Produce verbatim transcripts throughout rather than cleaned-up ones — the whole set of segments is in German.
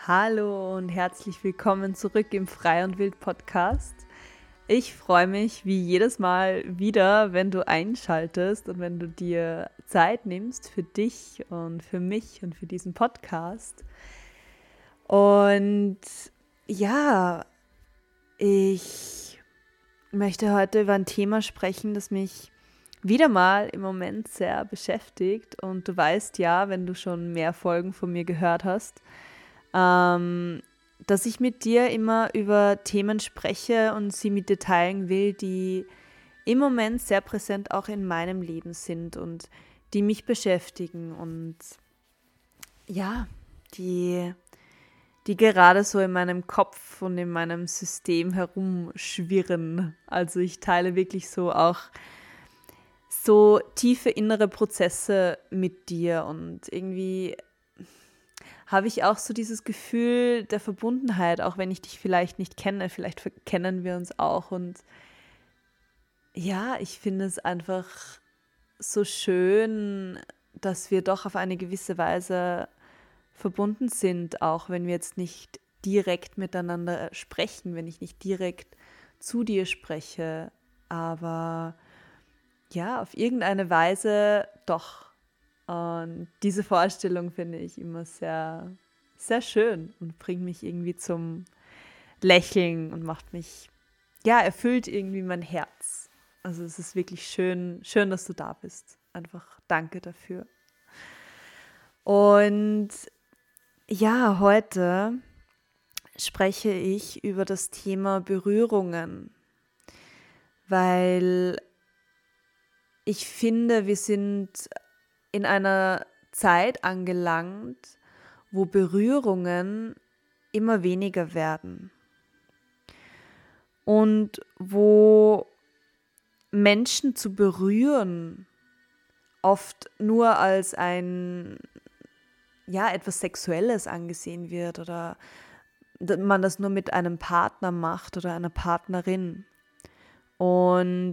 Hallo und herzlich willkommen zurück im Frei und Wild Podcast. Ich freue mich wie jedes Mal wieder, wenn du einschaltest und wenn du dir Zeit nimmst für dich und für mich und für diesen Podcast. Und ja, ich möchte heute über ein Thema sprechen, das mich wieder mal im Moment sehr beschäftigt. Und du weißt ja, wenn du schon mehr Folgen von mir gehört hast, ähm, dass ich mit dir immer über Themen spreche und sie mit dir teilen will, die im Moment sehr präsent auch in meinem Leben sind und die mich beschäftigen und ja, die, die gerade so in meinem Kopf und in meinem System herumschwirren. Also ich teile wirklich so auch so tiefe innere Prozesse mit dir und irgendwie habe ich auch so dieses Gefühl der Verbundenheit, auch wenn ich dich vielleicht nicht kenne, vielleicht kennen wir uns auch. Und ja, ich finde es einfach so schön, dass wir doch auf eine gewisse Weise verbunden sind, auch wenn wir jetzt nicht direkt miteinander sprechen, wenn ich nicht direkt zu dir spreche, aber ja, auf irgendeine Weise doch. Und diese Vorstellung finde ich immer sehr, sehr schön und bringt mich irgendwie zum Lächeln und macht mich, ja, erfüllt irgendwie mein Herz. Also es ist wirklich schön, schön, dass du da bist. Einfach danke dafür. Und ja, heute spreche ich über das Thema Berührungen, weil ich finde, wir sind in einer Zeit angelangt, wo Berührungen immer weniger werden und wo Menschen zu berühren oft nur als ein, ja, etwas Sexuelles angesehen wird oder man das nur mit einem Partner macht oder einer Partnerin. Und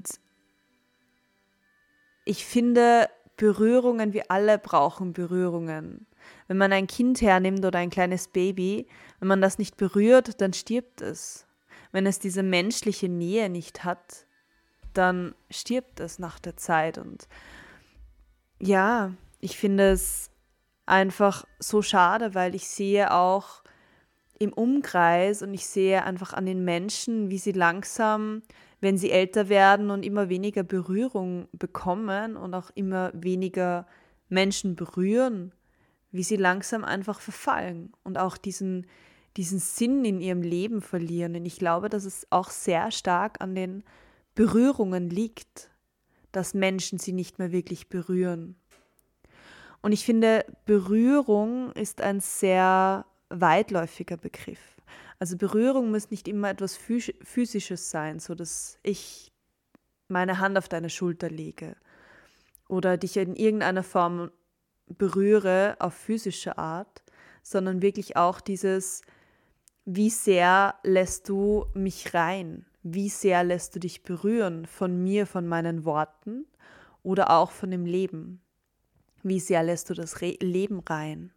ich finde, Berührungen, wir alle brauchen Berührungen. Wenn man ein Kind hernimmt oder ein kleines Baby, wenn man das nicht berührt, dann stirbt es. Wenn es diese menschliche Nähe nicht hat, dann stirbt es nach der Zeit. Und ja, ich finde es einfach so schade, weil ich sehe auch im Umkreis und ich sehe einfach an den Menschen, wie sie langsam, wenn sie älter werden und immer weniger Berührung bekommen und auch immer weniger Menschen berühren, wie sie langsam einfach verfallen und auch diesen, diesen Sinn in ihrem Leben verlieren. Und ich glaube, dass es auch sehr stark an den Berührungen liegt, dass Menschen sie nicht mehr wirklich berühren. Und ich finde, Berührung ist ein sehr weitläufiger Begriff. Also Berührung muss nicht immer etwas Physisches sein, so dass ich meine Hand auf deine Schulter lege oder dich in irgendeiner Form berühre auf physische Art, sondern wirklich auch dieses, wie sehr lässt du mich rein? Wie sehr lässt du dich berühren von mir, von meinen Worten oder auch von dem Leben? Wie sehr lässt du das Re- Leben rein?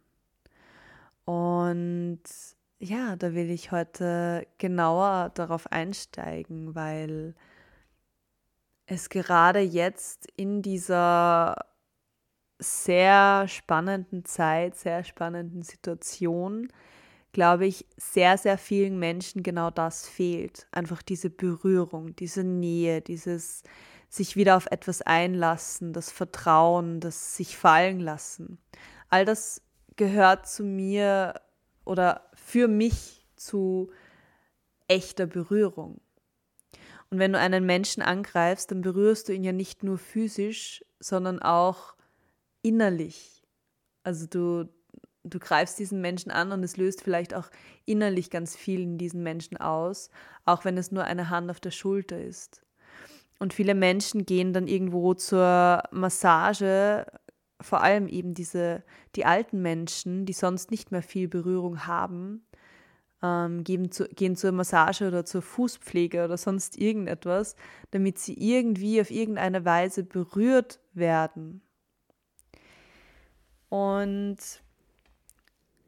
Und ja, da will ich heute genauer darauf einsteigen, weil es gerade jetzt in dieser sehr spannenden Zeit, sehr spannenden Situation, glaube ich, sehr, sehr vielen Menschen genau das fehlt. Einfach diese Berührung, diese Nähe, dieses sich wieder auf etwas einlassen, das Vertrauen, das sich fallen lassen. All das gehört zu mir oder für mich zu echter Berührung. Und wenn du einen Menschen angreifst, dann berührst du ihn ja nicht nur physisch, sondern auch innerlich. Also du, du greifst diesen Menschen an und es löst vielleicht auch innerlich ganz viel in diesen Menschen aus, auch wenn es nur eine Hand auf der Schulter ist. Und viele Menschen gehen dann irgendwo zur Massage, vor allem eben diese, die alten Menschen, die sonst nicht mehr viel Berührung haben, ähm, gehen, zu, gehen zur Massage oder zur Fußpflege oder sonst irgendetwas, damit sie irgendwie auf irgendeine Weise berührt werden. Und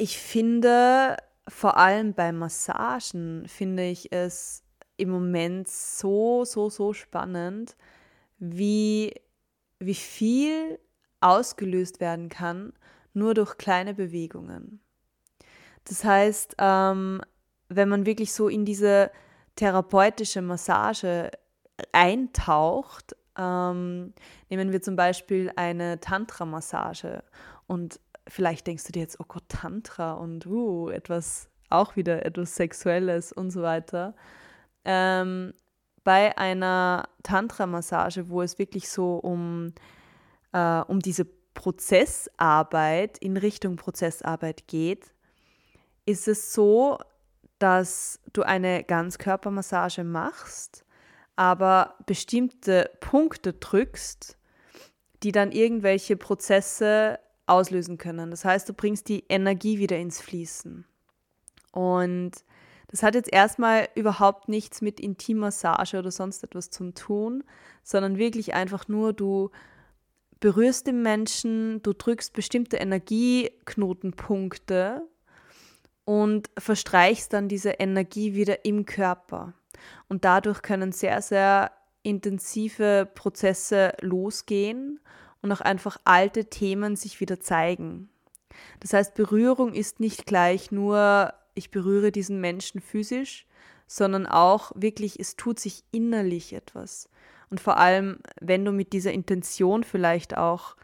Ich finde, vor allem bei Massagen, finde ich es im Moment so, so, so spannend, wie, wie viel ausgelöst werden kann, nur durch kleine Bewegungen. Das heißt, ähm, wenn man wirklich so in diese therapeutische Massage eintaucht, ähm, nehmen wir zum Beispiel eine Tantra-Massage und vielleicht denkst du dir jetzt, oh Gott, Tantra und uh, etwas, auch wieder etwas Sexuelles und so weiter. Ähm, bei einer Tantra-Massage, wo es wirklich so um, äh, um diese Prozessarbeit in Richtung Prozessarbeit geht, ist es so, dass du eine Ganzkörpermassage machst, aber bestimmte Punkte drückst, die dann irgendwelche Prozesse auslösen können. Das heißt, du bringst die Energie wieder ins Fließen. Und das hat jetzt erstmal überhaupt nichts mit Intimmassage oder sonst etwas zu tun, sondern wirklich einfach nur, du berührst den Menschen, du drückst bestimmte Energieknotenpunkte und verstreichst dann diese Energie wieder im Körper. Und dadurch können sehr, sehr intensive Prozesse losgehen und auch einfach alte Themen sich wieder zeigen. Das heißt, Berührung ist nicht gleich nur, ich berühre diesen Menschen physisch, sondern auch wirklich, es tut sich innerlich etwas. Und vor allem, wenn du mit dieser Intention vielleicht auch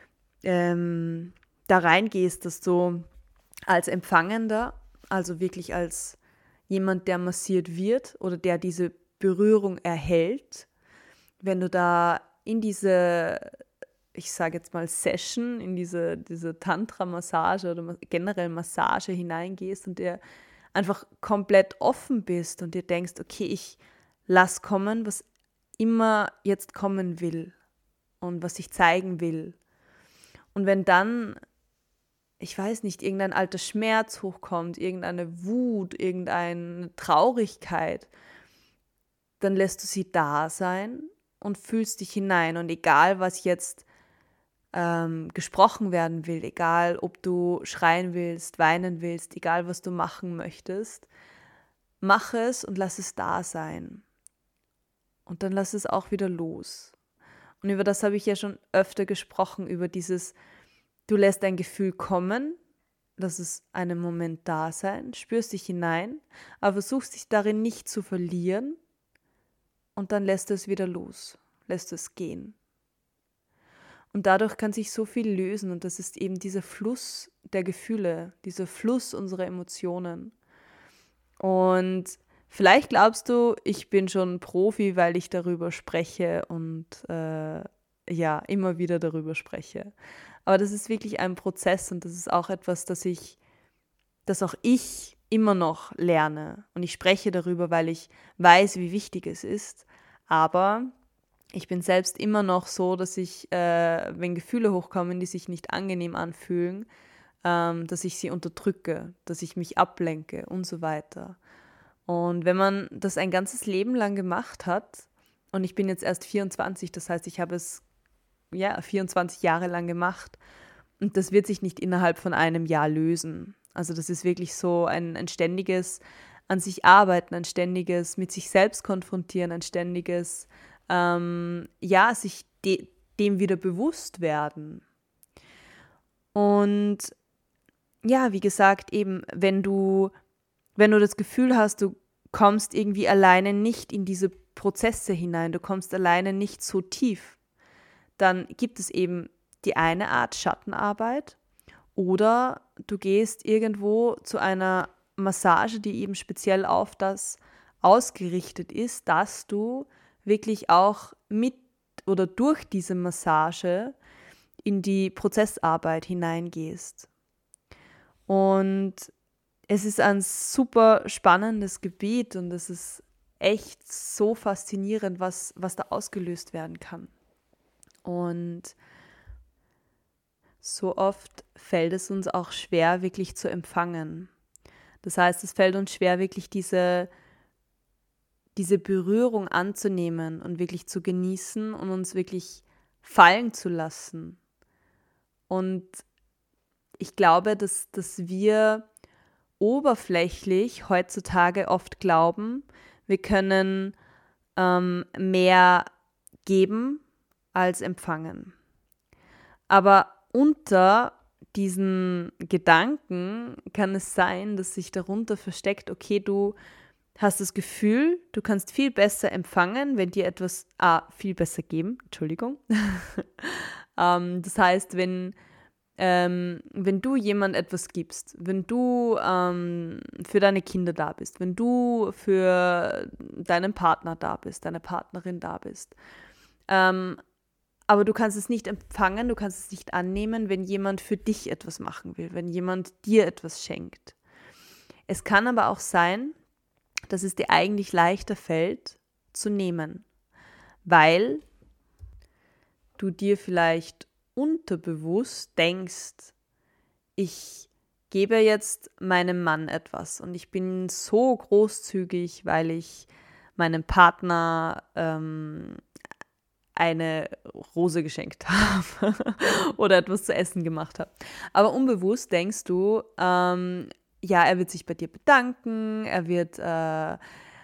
ähm, da reingehst, dass du als Empfangender, also wirklich als jemand, der massiert wird oder der diese Berührung erhält, wenn du da in diese, ich sage jetzt mal Session, in diese, diese Tantra-Massage oder generell Massage hineingehst und dir einfach komplett offen bist und dir denkst, okay, ich lass kommen, was immer jetzt kommen will und was ich zeigen will. Und wenn dann, ich weiß nicht, irgendein alter Schmerz hochkommt, irgendeine Wut, irgendeine Traurigkeit, dann lässt du sie da sein und fühlst dich hinein. Und egal, was jetzt ähm, gesprochen werden will, egal, ob du schreien willst, weinen willst, egal, was du machen möchtest, mach es und lass es da sein. Und dann lass es auch wieder los. Und über das habe ich ja schon öfter gesprochen, über dieses, du lässt ein Gefühl kommen, lass es einen Moment da sein, spürst dich hinein, aber versuchst dich darin nicht zu verlieren und dann lässt du es wieder los, lässt es gehen. Und dadurch kann sich so viel lösen und das ist eben dieser Fluss der Gefühle, dieser Fluss unserer Emotionen. Und vielleicht glaubst du, ich bin schon Profi, weil ich darüber spreche und äh, ja, immer wieder darüber spreche. Aber das ist wirklich ein Prozess und das ist auch etwas, das ich, das auch ich immer noch lerne. Und ich spreche darüber, weil ich weiß, wie wichtig es ist. Aber ich bin selbst immer noch so, dass ich, äh, wenn Gefühle hochkommen, die sich nicht angenehm anfühlen, ähm, dass ich sie unterdrücke, dass ich mich ablenke und so weiter. Und wenn man das ein ganzes Leben lang gemacht hat, und ich bin jetzt erst vierundzwanzig, das heißt, ich habe es ja, vierundzwanzig Jahre lang gemacht, und das wird sich nicht innerhalb von einem Jahr lösen. Also das ist wirklich so ein, ein ständiges an sich arbeiten, ein ständiges mit sich selbst konfrontieren, ein ständiges ähm, ja, sich de- dem wieder bewusst werden. Und ja, wie gesagt, eben, wenn du, wenn du das Gefühl hast, du kommst irgendwie alleine nicht in diese Prozesse hinein, du kommst alleine nicht so tief, dann gibt es eben die eine Art Schattenarbeit oder du gehst irgendwo zu einer Massage, die eben speziell auf das ausgerichtet ist, dass du wirklich auch mit oder durch diese Massage in die Prozessarbeit hineingehst. Und es ist ein super spannendes Gebiet und es ist echt so faszinierend, was, was da ausgelöst werden kann. Und so oft fällt es uns auch schwer, wirklich zu empfangen. Das heißt, es fällt uns schwer, wirklich diese, diese Berührung anzunehmen und wirklich zu genießen und uns wirklich fallen zu lassen. Und ich glaube, dass, dass wir oberflächlich heutzutage oft glauben, wir können ähm, mehr geben als empfangen. Aber unter diesen Gedanken kann es sein, dass sich darunter versteckt, okay, du hast das Gefühl, du kannst viel besser empfangen, wenn dir etwas, ah, viel besser geben, Entschuldigung. ähm, das heißt, wenn, ähm, wenn du jemand etwas gibst, wenn du ähm, für deine Kinder da bist, wenn du für deinen Partner da bist, deine Partnerin da bist, ähm, aber du kannst es nicht empfangen, du kannst es nicht annehmen, wenn jemand für dich etwas machen will, wenn jemand dir etwas schenkt. Es kann aber auch sein, dass es dir eigentlich leichter fällt, zu nehmen, weil du dir vielleicht unterbewusst denkst, ich gebe jetzt meinem Mann etwas und ich bin so großzügig, weil ich meinem Partner ähm, eine Rose geschenkt habe oder etwas zu essen gemacht habe. Aber unbewusst denkst du, ähm, ja, er wird sich bei dir bedanken, er wird, äh, ja,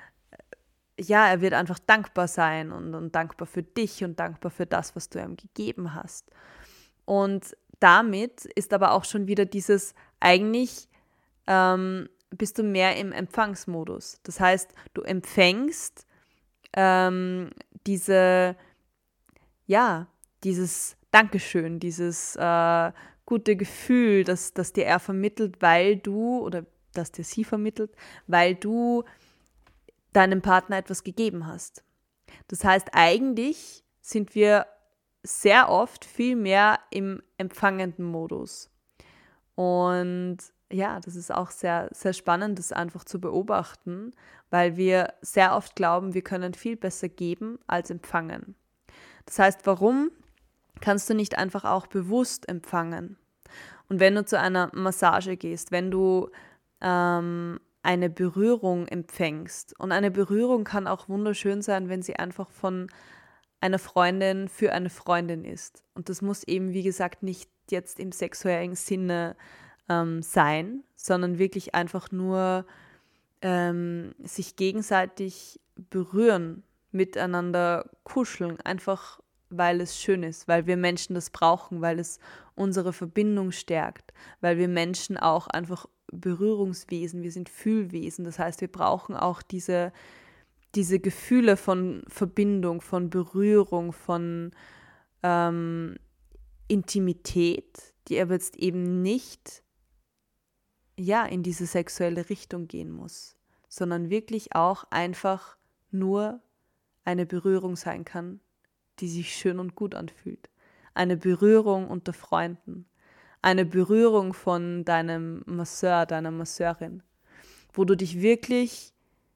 er wird einfach dankbar sein und, und dankbar für dich und dankbar für das, was du ihm gegeben hast. Und damit ist aber auch schon wieder dieses, eigentlich ähm, bist du mehr im Empfangsmodus. Das heißt, du empfängst ähm, diese ja, dieses Dankeschön, dieses äh, gute Gefühl, das, das dir er vermittelt, weil du, oder das dir sie vermittelt, weil du deinem Partner etwas gegeben hast. Das heißt, eigentlich sind wir sehr oft viel mehr im empfangenden Modus. Und ja, das ist auch sehr, sehr spannend, das einfach zu beobachten, weil wir sehr oft glauben, wir können viel besser geben als empfangen. Das heißt, warum kannst du nicht einfach auch bewusst empfangen? Und wenn du zu einer Massage gehst, wenn du ähm, eine Berührung empfängst, und eine Berührung kann auch wunderschön sein, wenn sie einfach von einer Freundin für eine Freundin ist. Und das muss eben, wie gesagt, nicht jetzt im sexuellen Sinne ähm, sein, sondern wirklich einfach nur ähm, sich gegenseitig berühren, miteinander kuscheln, einfach weil es schön ist, weil wir Menschen das brauchen, weil es unsere Verbindung stärkt, weil wir Menschen auch einfach Berührungswesen, wir sind Fühlwesen, das heißt, wir brauchen auch diese, diese Gefühle von Verbindung, von Berührung, von ähm, Intimität, die aber jetzt eben nicht ja, in diese sexuelle Richtung gehen muss, sondern wirklich auch einfach nur eine Berührung sein kann, die sich schön und gut anfühlt. Eine Berührung unter Freunden, eine Berührung von deinem Masseur, deiner Masseurin, wo du dich wirklich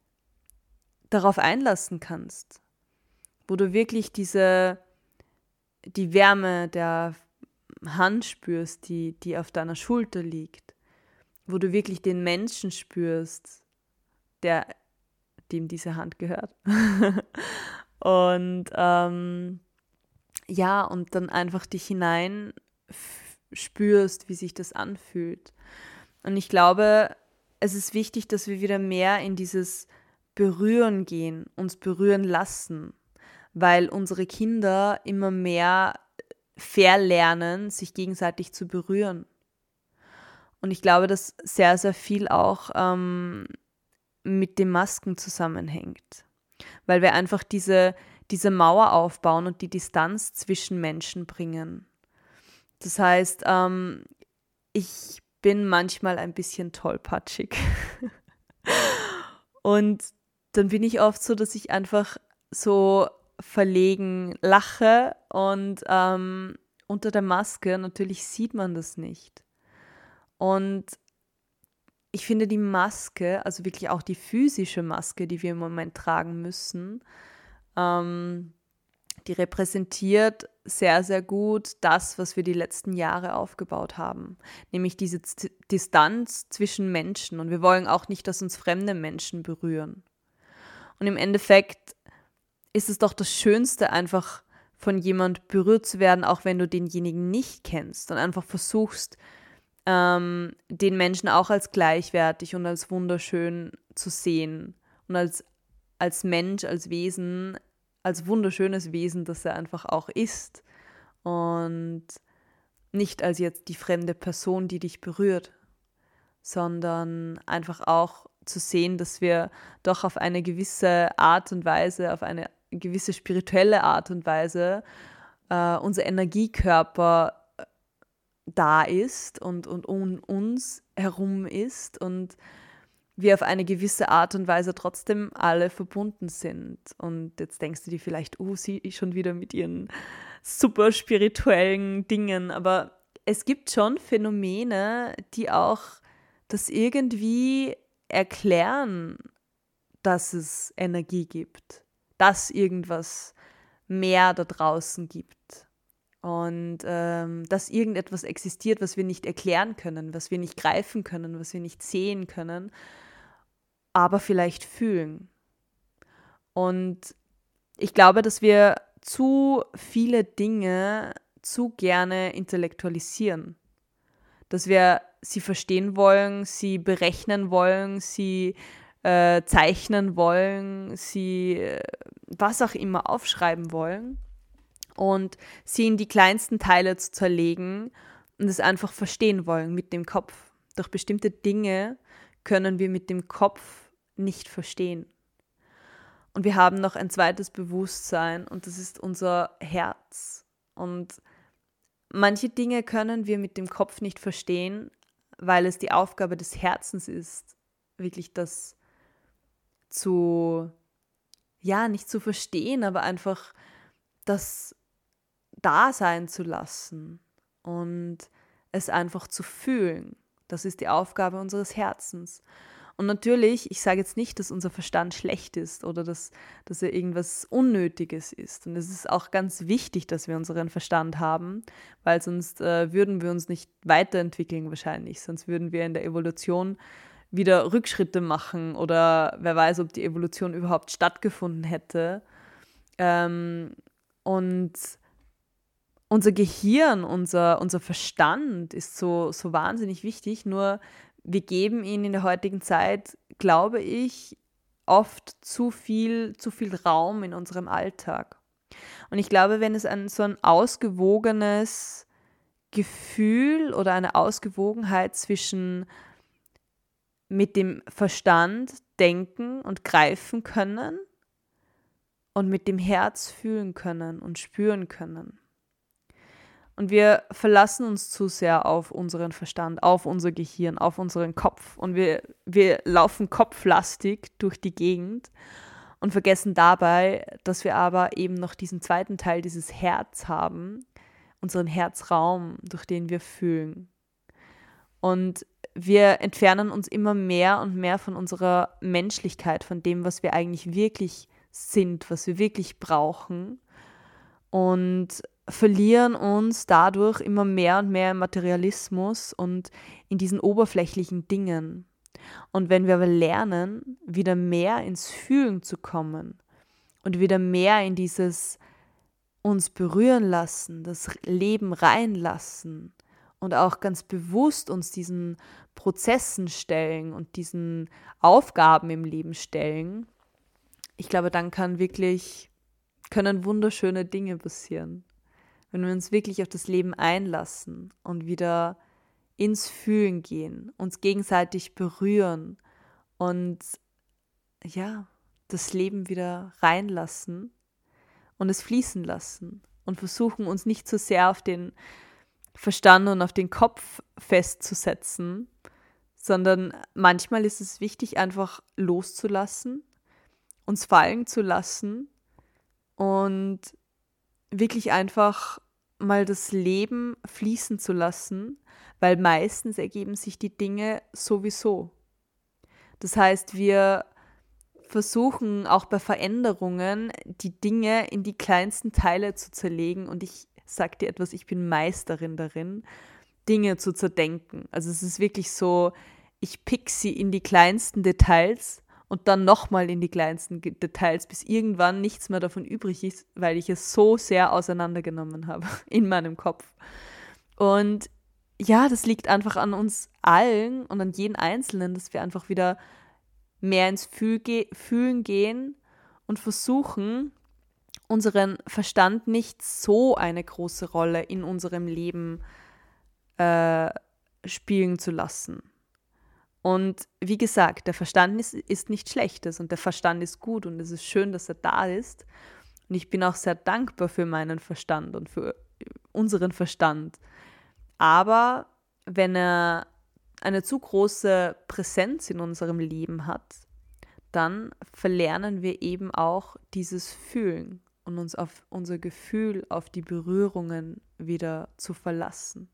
darauf einlassen kannst, wo du wirklich diese, die Wärme der Hand spürst, die, die auf deiner Schulter liegt, wo du wirklich den Menschen spürst, der, dem diese Hand gehört. und ähm, ja, und dann einfach dich hinein f- spürst, wie sich das anfühlt. Und ich glaube, es ist wichtig, dass wir wieder mehr in dieses Berühren gehen, uns berühren lassen, weil unsere Kinder immer mehr verlernen, sich gegenseitig zu berühren. Und ich glaube, dass sehr, sehr viel auch ähm, mit den Masken zusammenhängt, weil wir einfach diese, diese Mauer aufbauen und die Distanz zwischen Menschen bringen. Das heißt, ähm, ich bin manchmal ein bisschen tollpatschig. Und dann bin ich oft so, dass ich einfach so verlegen lache und ähm, unter der Maske natürlich sieht man das nicht. Und ich finde die Maske, also wirklich auch die physische Maske, die wir im Moment tragen müssen, ähm, die repräsentiert sehr, sehr gut das, was wir die letzten Jahre aufgebaut haben, nämlich diese Z- Distanz zwischen Menschen. Und wir wollen auch nicht, dass uns fremde Menschen berühren. Und im Endeffekt ist es doch das Schönste, einfach von jemand berührt zu werden, auch wenn du denjenigen nicht kennst und einfach versuchst, ähm, den Menschen auch als gleichwertig und als wunderschön zu sehen und als, als Mensch, als Wesen, als wunderschönes Wesen, das er einfach auch ist und nicht als jetzt die fremde Person, die dich berührt, sondern einfach auch zu sehen, dass wir doch auf eine gewisse Art und Weise, auf eine gewisse spirituelle Art und Weise äh, unser Energiekörper da ist und, und um uns herum ist und wir auf eine gewisse Art und Weise trotzdem alle verbunden sind. Und jetzt denkst du dir vielleicht, oh, sie ist schon wieder mit ihren super spirituellen Dingen, aber es gibt schon Phänomene, die auch das irgendwie erklären, dass es Energie gibt, dass irgendwas mehr da draußen gibt und ähm, dass irgendetwas existiert, was wir nicht erklären können, was wir nicht greifen können, was wir nicht sehen können, aber vielleicht fühlen. Und ich glaube, dass wir zu viele Dinge zu gerne intellektualisieren, dass wir sie verstehen wollen, sie berechnen wollen, sie äh, zeichnen wollen, sie äh, was auch immer aufschreiben wollen und sie in die kleinsten Teile zu zerlegen und es einfach verstehen wollen mit dem Kopf. Doch bestimmte Dinge können wir mit dem Kopf nicht verstehen. Und wir haben noch ein zweites Bewusstsein und das ist unser Herz. Und manche Dinge können wir mit dem Kopf nicht verstehen, weil es die Aufgabe des Herzens ist, wirklich das zu, ja, nicht zu verstehen, aber einfach das da sein zu lassen und es einfach zu fühlen. Das ist die Aufgabe unseres Herzens. Und natürlich, ich sage jetzt nicht, dass unser Verstand schlecht ist oder dass, dass er irgendwas Unnötiges ist. Und es ist auch ganz wichtig, dass wir unseren Verstand haben, weil sonst äh, würden wir uns nicht weiterentwickeln wahrscheinlich. Sonst würden wir in der Evolution wieder Rückschritte machen oder wer weiß, ob die Evolution überhaupt stattgefunden hätte. Ähm, und unser Gehirn, unser, unser Verstand ist so, so wahnsinnig wichtig, nur wir geben ihnen in der heutigen Zeit, glaube ich, oft zu viel, zu viel Raum in unserem Alltag. Und ich glaube, wenn es ein so ein ausgewogenes Gefühl oder eine Ausgewogenheit zwischen mit dem Verstand denken und greifen können und mit dem Herz fühlen können und spüren können. Und wir verlassen uns zu sehr auf unseren Verstand, auf unser Gehirn, auf unseren Kopf. Und wir, wir laufen kopflastig durch die Gegend und vergessen dabei, dass wir aber eben noch diesen zweiten Teil, dieses Herz haben, unseren Herzraum, durch den wir fühlen. Und wir entfernen uns immer mehr und mehr von unserer Menschlichkeit, von dem, was wir eigentlich wirklich sind, was wir wirklich brauchen. Und verlieren uns dadurch immer mehr und mehr im Materialismus und in diesen oberflächlichen Dingen. Und wenn wir aber lernen, wieder mehr ins Fühlen zu kommen und wieder mehr in dieses uns berühren lassen, das Leben reinlassen und auch ganz bewusst uns diesen Prozessen stellen und diesen Aufgaben im Leben stellen, ich glaube, dann kann wirklich, können wunderschöne Dinge passieren. Wenn wir uns wirklich auf das Leben einlassen und wieder ins Fühlen gehen, uns gegenseitig berühren und ja, das Leben wieder reinlassen und es fließen lassen und versuchen, uns nicht so sehr auf den Verstand und auf den Kopf festzusetzen, sondern manchmal ist es wichtig, einfach loszulassen, uns fallen zu lassen und wirklich einfach mal das Leben fließen zu lassen, weil meistens ergeben sich die Dinge sowieso. Das heißt, wir versuchen auch bei Veränderungen die Dinge in die kleinsten Teile zu zerlegen und ich sage dir etwas, ich bin Meisterin darin, Dinge zu zerdenken. Also es ist wirklich so, ich pick sie in die kleinsten Details und dann nochmal in die kleinsten Details, bis irgendwann nichts mehr davon übrig ist, weil ich es so sehr auseinandergenommen habe in meinem Kopf. Und ja, das liegt einfach an uns allen und an jeden Einzelnen, dass wir einfach wieder mehr ins Fühl ge- Fühlen gehen und versuchen, unseren Verstand nicht so eine große Rolle in unserem Leben äh, spielen zu lassen. Und wie gesagt, der Verstand ist, ist nichts Schlechtes und der Verstand ist gut und es ist schön, dass er da ist. Und ich bin auch sehr dankbar für meinen Verstand und für unseren Verstand. Aber wenn er eine zu große Präsenz in unserem Leben hat, dann verlernen wir eben auch dieses Fühlen und uns auf unser Gefühl, auf die Berührungen wieder zu verlassen.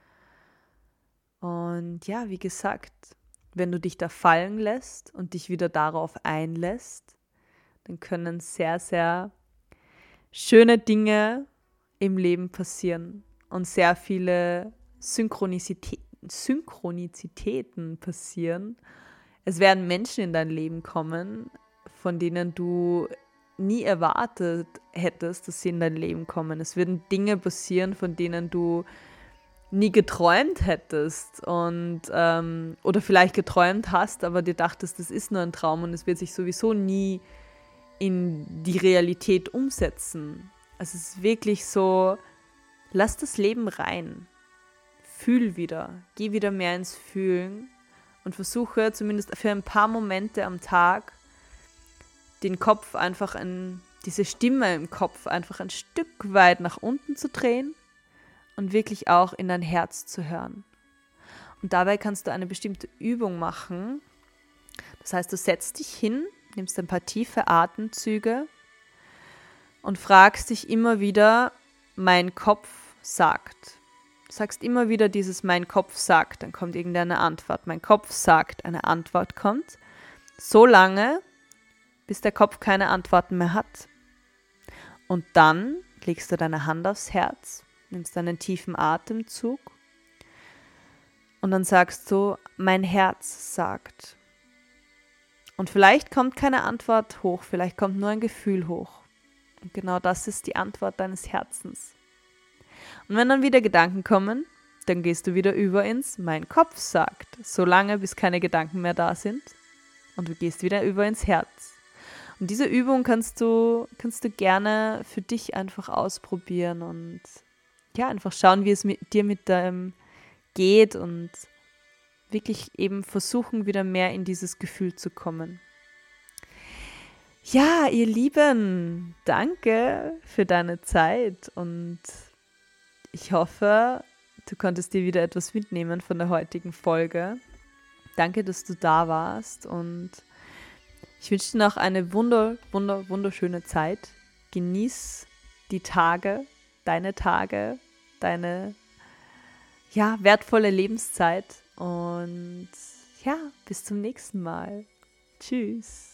Und ja, wie gesagt, wenn du dich da fallen lässt und dich wieder darauf einlässt, dann können sehr, sehr schöne Dinge im Leben passieren und sehr viele Synchronizitä- Synchronizitäten passieren. Es werden Menschen in dein Leben kommen, von denen du nie erwartet hättest, dass sie in dein Leben kommen. Es werden Dinge passieren, von denen du nie geträumt hättest und ähm, oder vielleicht geträumt hast, aber dir dachtest, das ist nur ein Traum und es wird sich sowieso nie in die Realität umsetzen. Also es ist wirklich so, lass das Leben rein. Fühl wieder. Geh wieder mehr ins Fühlen und versuche zumindest für ein paar Momente am Tag den Kopf einfach ein, diese Stimme im Kopf einfach ein Stück weit nach unten zu drehen und wirklich auch in dein Herz zu hören. Und dabei kannst du eine bestimmte Übung machen. Das heißt, du setzt dich hin, nimmst ein paar tiefe Atemzüge und fragst dich immer wieder, mein Kopf sagt. Du sagst immer wieder dieses mein Kopf sagt, dann kommt irgendeine Antwort. Mein Kopf sagt, eine Antwort kommt. So lange, bis der Kopf keine Antworten mehr hat. Und dann legst du deine Hand aufs Herz, nimmst einen tiefen Atemzug und dann sagst du, mein Herz sagt. Und vielleicht kommt keine Antwort hoch, vielleicht kommt nur ein Gefühl hoch. Und genau das ist die Antwort deines Herzens. Und wenn dann wieder Gedanken kommen, dann gehst du wieder über ins mein Kopf sagt, solange bis keine Gedanken mehr da sind. Und du gehst wieder über ins Herz. Und diese Übung kannst du, kannst du gerne für dich einfach ausprobieren und ja, einfach schauen, wie es mit dir mit deinem geht und wirklich eben versuchen, wieder mehr in dieses Gefühl zu kommen. Ja, ihr Lieben, danke für deine Zeit und ich hoffe, du konntest dir wieder etwas mitnehmen von der heutigen Folge. Danke, dass du da warst und ich wünsche dir noch eine wunder, wunder, wunderschöne Zeit. Genieß die Tage, deine Tage, deine ja, wertvolle Lebenszeit und ja, bis zum nächsten Mal. Tschüss.